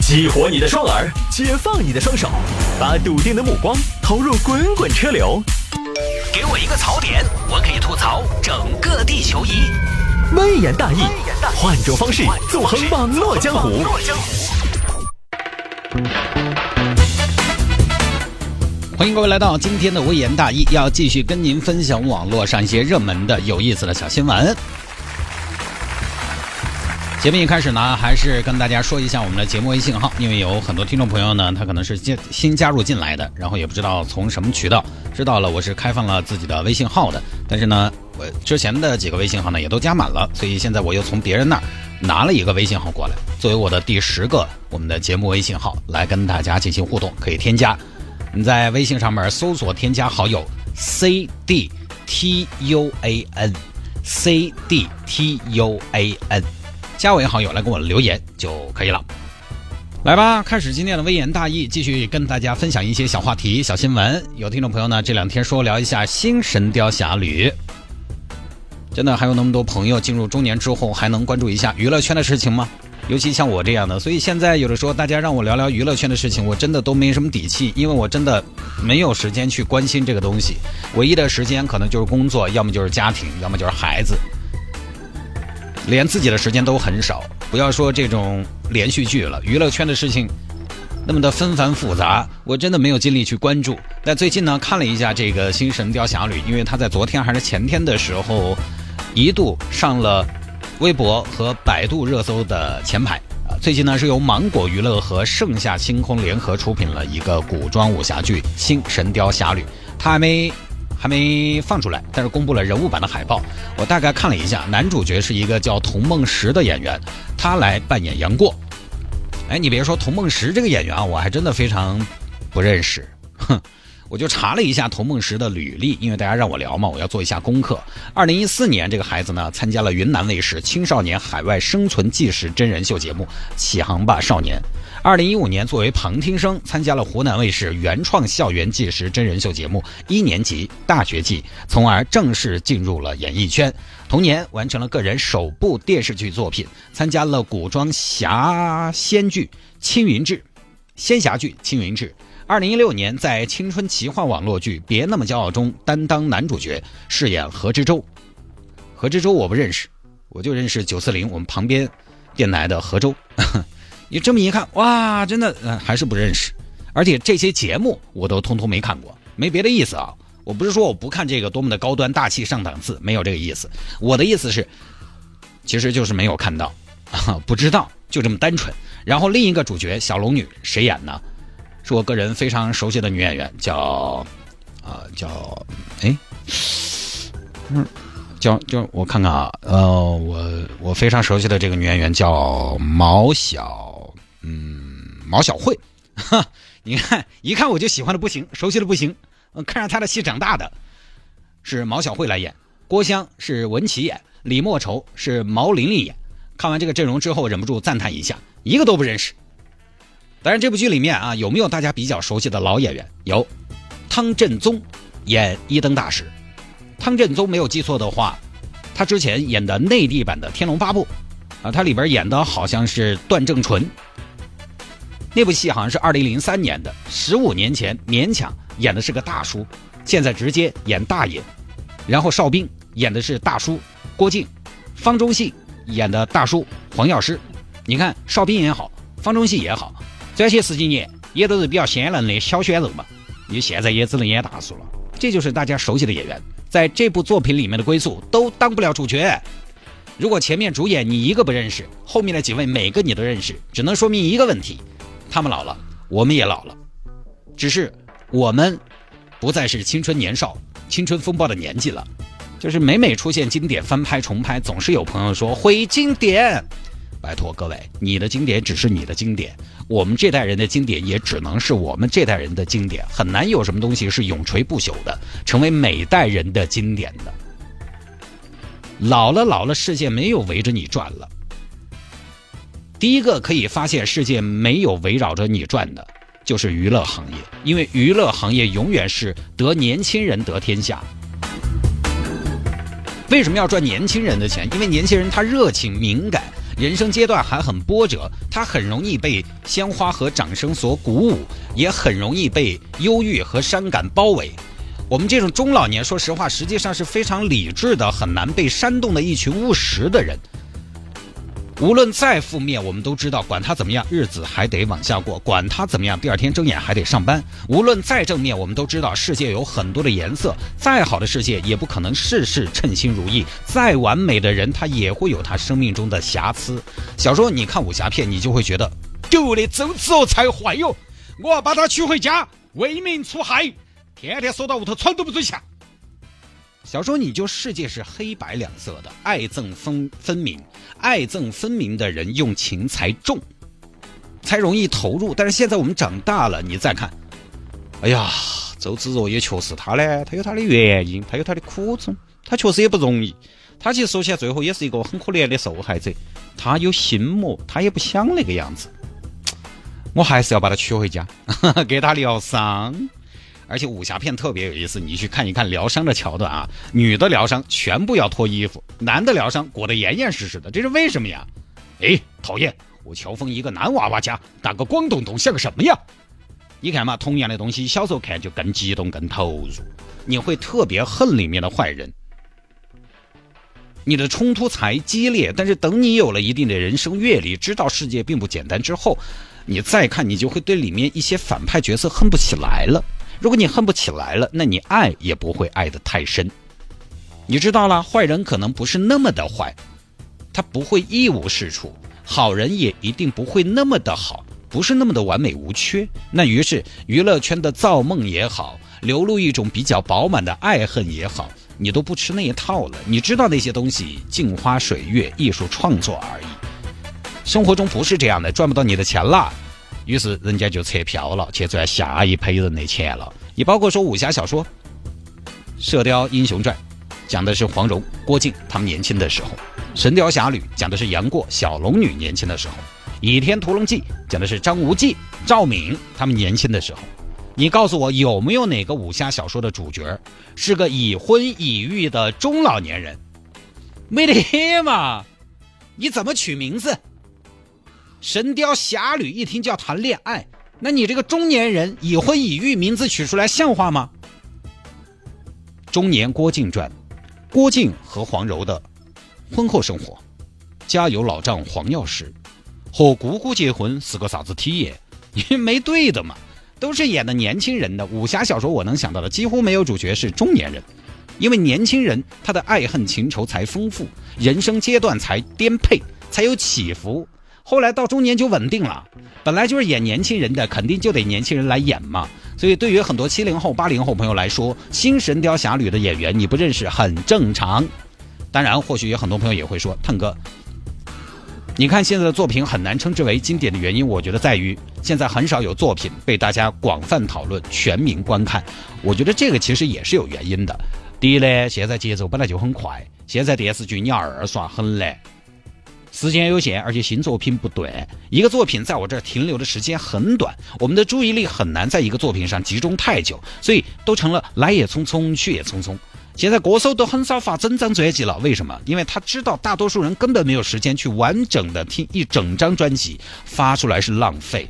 激活你的双耳，解放你的双手，把笃定的目光投入滚滚车流。 给我一个槽点，我可以吐槽整个地球仪。 微言大义，换种方式纵横网络江湖。 欢迎各位来到今天的微言大义，要继续跟您分享网络上一些热门的有意思的小新闻。节目一开始呢，还是跟大家说一下我们的节目微信号，因为有很多听众朋友呢，他可能是新加入进来的，然后也不知道从什么渠道知道了我是开放了自己的微信号的，但是呢，我之前的几个微信号呢也都加满了，所以现在我又从别人那儿拿了一个微信号过来，作为我的第10个我们的节目微信号来跟大家进行互动，可以添加。你在微信上面搜索添加好友 CDTUAN，CDTUAN。加为好友来跟我留言就可以了。来吧，开始今天的微言大义，继续跟大家分享一些小话题、小新闻。有听众朋友呢，这2天说聊一下新神雕侠侣。真的还有那么多朋友进入中年之后还能关注一下娱乐圈的事情吗？尤其像我这样的，所以现在有的时候大家让我聊聊娱乐圈的事情，我真的都没什么底气，因为我真的没有时间去关心这个东西。唯一的时间可能就是工作，要么就是家庭，要么就是孩子。连自己的时间都很少，不要说这种连续剧了，娱乐圈的事情那么的纷繁复杂，我真的没有精力去关注。但最近呢，看了一下这个新神雕侠侣，因为他在昨天还是前天的时候一度上了微博和百度热搜的前排。最近呢，是由芒果娱乐和盛夏星空联合出品了一个古装武侠剧《新神雕侠侣》，它还没放出来，但是公布了人物版的海报。我大概看了一下，男主角是一个叫童梦石的演员，他来扮演杨过。哎，你别说童梦石这个演员啊，我还真的非常不认识。我就查了一下童梦石的履历，因为大家让我聊嘛，我要做一下功课。2014年，这个孩子呢参加了云南卫视青少年海外生存纪实真人秀节目《启航吧少年》。2015年，作为旁听生参加了湖南卫视原创校园纪实真人秀节目《1年级大学季》，从而正式进入了演艺圈。同年，完成了个人首部电视剧作品，参加了古装仙剧《青云志》仙侠剧《青云志》。2016年，在青春奇幻网络剧《别那么骄傲》中担当男主角，饰演何之洲。何之洲我不认识，我就认识940我们旁边电台的何州。你这么一看，哇，真的还是不认识。而且这些节目我都通通没看过，没别的意思啊。我不是说我不看这个多么的高端大气上档次，没有这个意思。我的意思是，其实就是没有看到，不知道，就这么单纯。然后另一个主角小龙女谁演呢？是我个人非常熟悉的女演员，叫我看看啊，我非常熟悉的这个女演员叫毛晓慧，你看一看我就喜欢的不行，熟悉的不行，看着她的戏长大的，是毛晓慧来演，郭襄是文琪演，李莫愁是毛玲玲演。看完这个阵容之后，忍不住赞叹一下，一个都不认识。当然这部剧里面啊，有没有大家比较熟悉的老演员？有汤镇宗演一灯大使。汤镇宗没有记错的话，他之前演的内地版的《天龙八部》啊，他里边演的好像是段正淳。那部戏好像是2003年的，15年前勉强演的是个大叔，现在直接演大爷。然后邵兵演的是大叔郭靖，方中信演的大叔黄药师。你看邵兵也好，方中信也好，这些10几年也都是比较鲜嫩的小鲜肉嘛，你现在也只能演大叔了。这就是大家熟悉的演员，在这部作品里面的归宿都当不了主角。如果前面主演你一个不认识，后面的几位每个你都认识，只能说明一个问题，他们老了，我们也老了，只是我们不再是青春年少青春风暴的年纪了。就是每每出现经典翻拍重拍，总是有朋友说毁经典。拜托各位，你的经典只是你的经典，我们这代人的经典也只能是我们这代人的经典，很难有什么东西是永垂不朽的，成为每代人的经典的。老了，世界没有围着你转了。第一个可以发现世界没有围绕着你转的，就是娱乐行业，因为娱乐行业永远是得年轻人得天下。为什么要赚年轻人的钱？因为年轻人他热情敏感， 人生阶段还很波折，他很容易被鲜花和掌声所鼓舞，也很容易被忧郁和伤感包围。我们这种中老年，说实话，实际上是非常理智的，很难被煽动的一群务实的人。无论再负面，我们都知道，管他怎么样，日子还得往下过；管他怎么样，第二天睁眼还得上班。无论再正面，我们都知道，世界有很多的颜色，再好的世界也不可能事事称心如意，再完美的人，他也会有他生命中的瑕疵。小时候你看武侠片，你就会觉得，狗的周芷若才坏哟，我要把他娶回家，为民除害，天天守到屋头，喘都不准下。小时候你就世界是黑白两色的，爱憎分明，爱憎分明的人用情才重，才容易投入。但是现在我们长大了，你再看，哎呀，周芷若也确实他有他的原因，他有他的苦衷，他确实也不容易。他其实说起来最后也是一个很可怜的受害者，他有心魔，他也不想那个样子。我还是要把他娶回家，给他疗伤。而且武侠片特别有意思，你去看一看疗伤的桥段啊，女的疗伤全部要脱衣服，男的疗伤裹得严严实实的，这是为什么呀？哎，讨厌，我乔峰一个男娃娃家打个光东东像个什么呀？你看嘛，同样的东西小时候看就更激动更投入，你会特别恨里面的坏人，你的冲突才激烈。但是等你有了一定的人生阅历，知道世界并不简单之后，你再看，你就会对里面一些反派角色恨不起来了。如果你恨不起来了，那你爱也不会爱得太深。你知道了，坏人可能不是那么的坏，他不会一无是处；好人也一定不会那么的好，不是那么的完美无缺。那于是娱乐圈的造梦也好，流露一种比较饱满的爱恨也好，你都不吃那一套了。你知道那些东西镜花水月，艺术创作而已。生活中不是这样的，赚不到你的钱了，于是人家就撤票了，去赚下一批人的钱了。也包括说武侠小说《射雕英雄传》讲的是黄蓉、郭靖他们年轻的时候，《神雕侠侣》讲的是杨过、小龙女年轻的时候，《倚天屠龙记》讲的是张无忌、赵敏他们年轻的时候。你告诉我，有没有哪个武侠小说的主角是个已婚已育的中老年人？没得嘛！你怎么取名字？神雕侠侣一听就要谈恋爱，那你这个中年人已婚已育，名字取出来像话吗？中年郭靖传，郭靖和黄柔的婚后生活，家有老丈黄药师，和姑姑结婚是个啥子体验？因为没对的嘛，都是演的年轻人的。武侠小说我能想到的几乎没有主角是中年人，因为年轻人他的爱恨情仇才丰富，人生阶段才颠沛，才有起伏。后来到中年就稳定了，本来就是演年轻人的，肯定就得年轻人来演嘛。所以对于很多70后、80后朋友来说，新神雕侠侣的演员你不认识很正常。当然，或许有很多朋友也会说，腾哥，你看现在的作品很难称之为经典的原因，我觉得在于现在很少有作品被大家广泛讨论、全民观看。我觉得这个其实也是有原因的。第一呢，现在节奏本来就很快，现在电视剧你要二刷很难。时间有限，而且新作品不断，一个作品在我这儿停留的时间很短，我们的注意力很难在一个作品上集中太久，所以都成了来也匆匆去也匆匆。现在歌手都很少发整张专辑了，为什么？因为他知道大多数人根本没有时间去完整的听一整张专辑，发出来是浪费。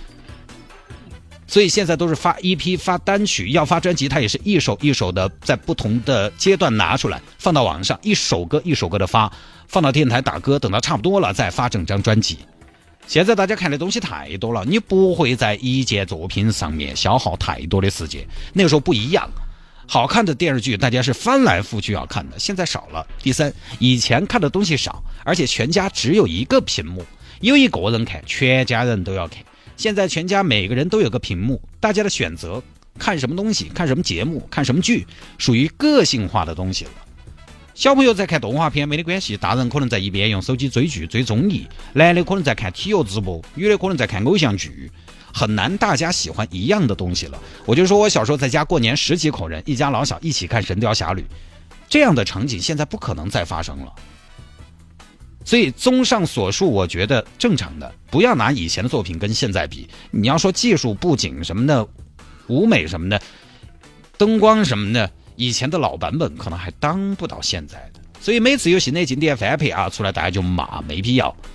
所以现在都是发 EP 发单曲，要发专辑他也是一首一首的在不同的阶段拿出来放到网上，一首歌一首歌的发，放到电台打歌，等到差不多了再发整张专辑。现在大家看的东西太多了，你不会在一件作品上面消耗太多的时间。那个时候不一样，好看的电视剧大家是翻来覆去要看的，现在少了。第三，以前看的东西少，而且全家只有一个屏幕，有一个人看，全家人都要看。现在全家每个人都有个屏幕，大家的选择看什么东西，看什么节目，看什么剧，属于个性化的东西了。小朋友在看动画片没得关系，大人可能在一边用手机追剧追综艺，男的可能在看体育直播，女的可能在看偶像剧，很难大家喜欢一样的东西了。我就说我小时候在家过年10几口人，一家老小一起看《神雕侠侣》，这样的场景现在不可能再发生了。所以综上所述，我觉得正常的，不要拿以前的作品跟现在比。你要说技术布景什么的，舞美什么的，灯光什么的，以前的老版本可能还当不到现在的。所以每次有新的经典翻拍啊出来，大家就骂，没必要。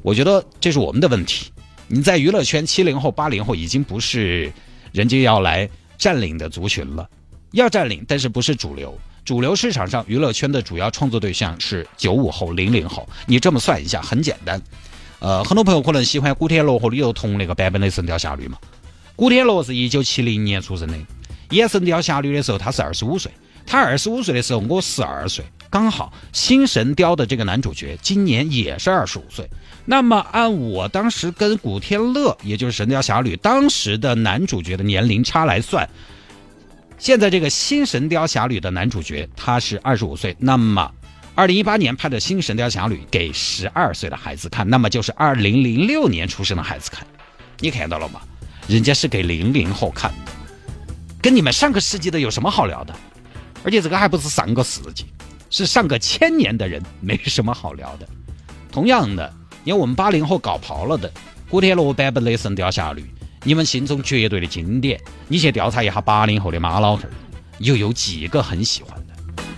我觉得这是我们的问题。你在娱乐圈70后、80后已经不是人家要来占领的族群了，要占领，但是不是主流。主流市场上娱乐圈的主要创作对象是95后、00后。你这么算一下，很简单。很多朋友可能喜欢古天乐和李幼彤那个版本的《神雕侠侣》嘛。古天乐是1970年出生的，演《神雕侠侣》的时候他是25岁，他25岁的时候我12岁，刚好新神雕的这个男主角今年也是25岁。那么按我当时跟古天乐，也就是《神雕侠侣》当时的男主角的年龄差来算，现在这个新神雕侠侣的男主角他是25岁，那么2018年拍的新神雕侠侣给12岁的孩子看，那么就是2006年出生的孩子看。你看到了吗？人家是给00后看的，跟你们上个世纪的有什么好聊的？而且这个还不是上个世纪，是上个1000年的人，没什么好聊的。同样的，因为我们80后搞跑了的古天乐版本的神雕侠侣，你们心中绝对的经典，你去调查一下80后的马老汉，又有几个很喜欢的？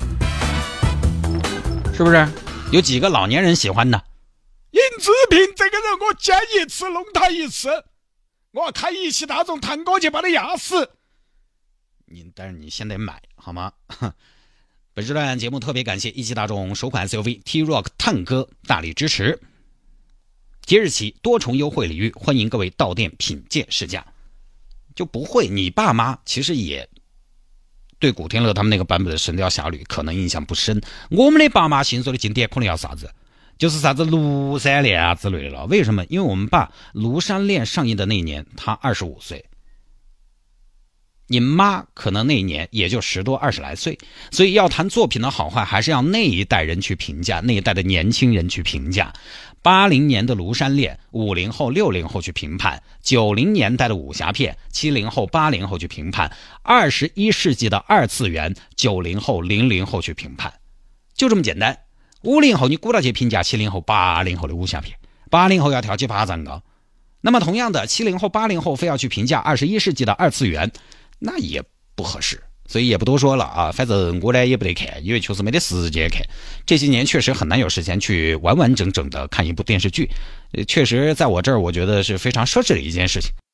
是不是？有几个老年人喜欢呢？ 尹志平这个人，我见一次弄他一次，我要开一汽大众探戈去把他压死。 但是你先得买好吗？本时段节目特别感谢一汽大众首款 SUV T-Roc 探戈大力支持。即日起多重优惠礼遇，欢迎各位到店品鉴试驾。就不会，你爸妈其实也对古天乐他们那个版本的神雕侠侣可能印象不深。我们的爸妈心中的经典可能要啥子，就是啥子庐山恋啊之类的了。为什么？因为我们爸庐山恋上映的那年他25岁，你妈可能那一年也就10多20来岁，所以要谈作品的好坏，还是要那一代人去评价，那一代的年轻人去评价。80年的庐山恋，50后60后去评判，90年代的武侠片，70后80后去评判，21世纪的二次元，90后00后去评判，就这么简单。50后你鼓捣去评价70后80后的武侠片，80后要跳起爬山高。那么同样的，70后80后非要去评价21世纪的二次元，那也不合适，所以也不多说了啊。反正我呢也不得看，因为确实没得时间看。这些年确实很难有时间去完完整整的看一部电视剧，确实在我这儿我觉得是非常奢侈的一件事情。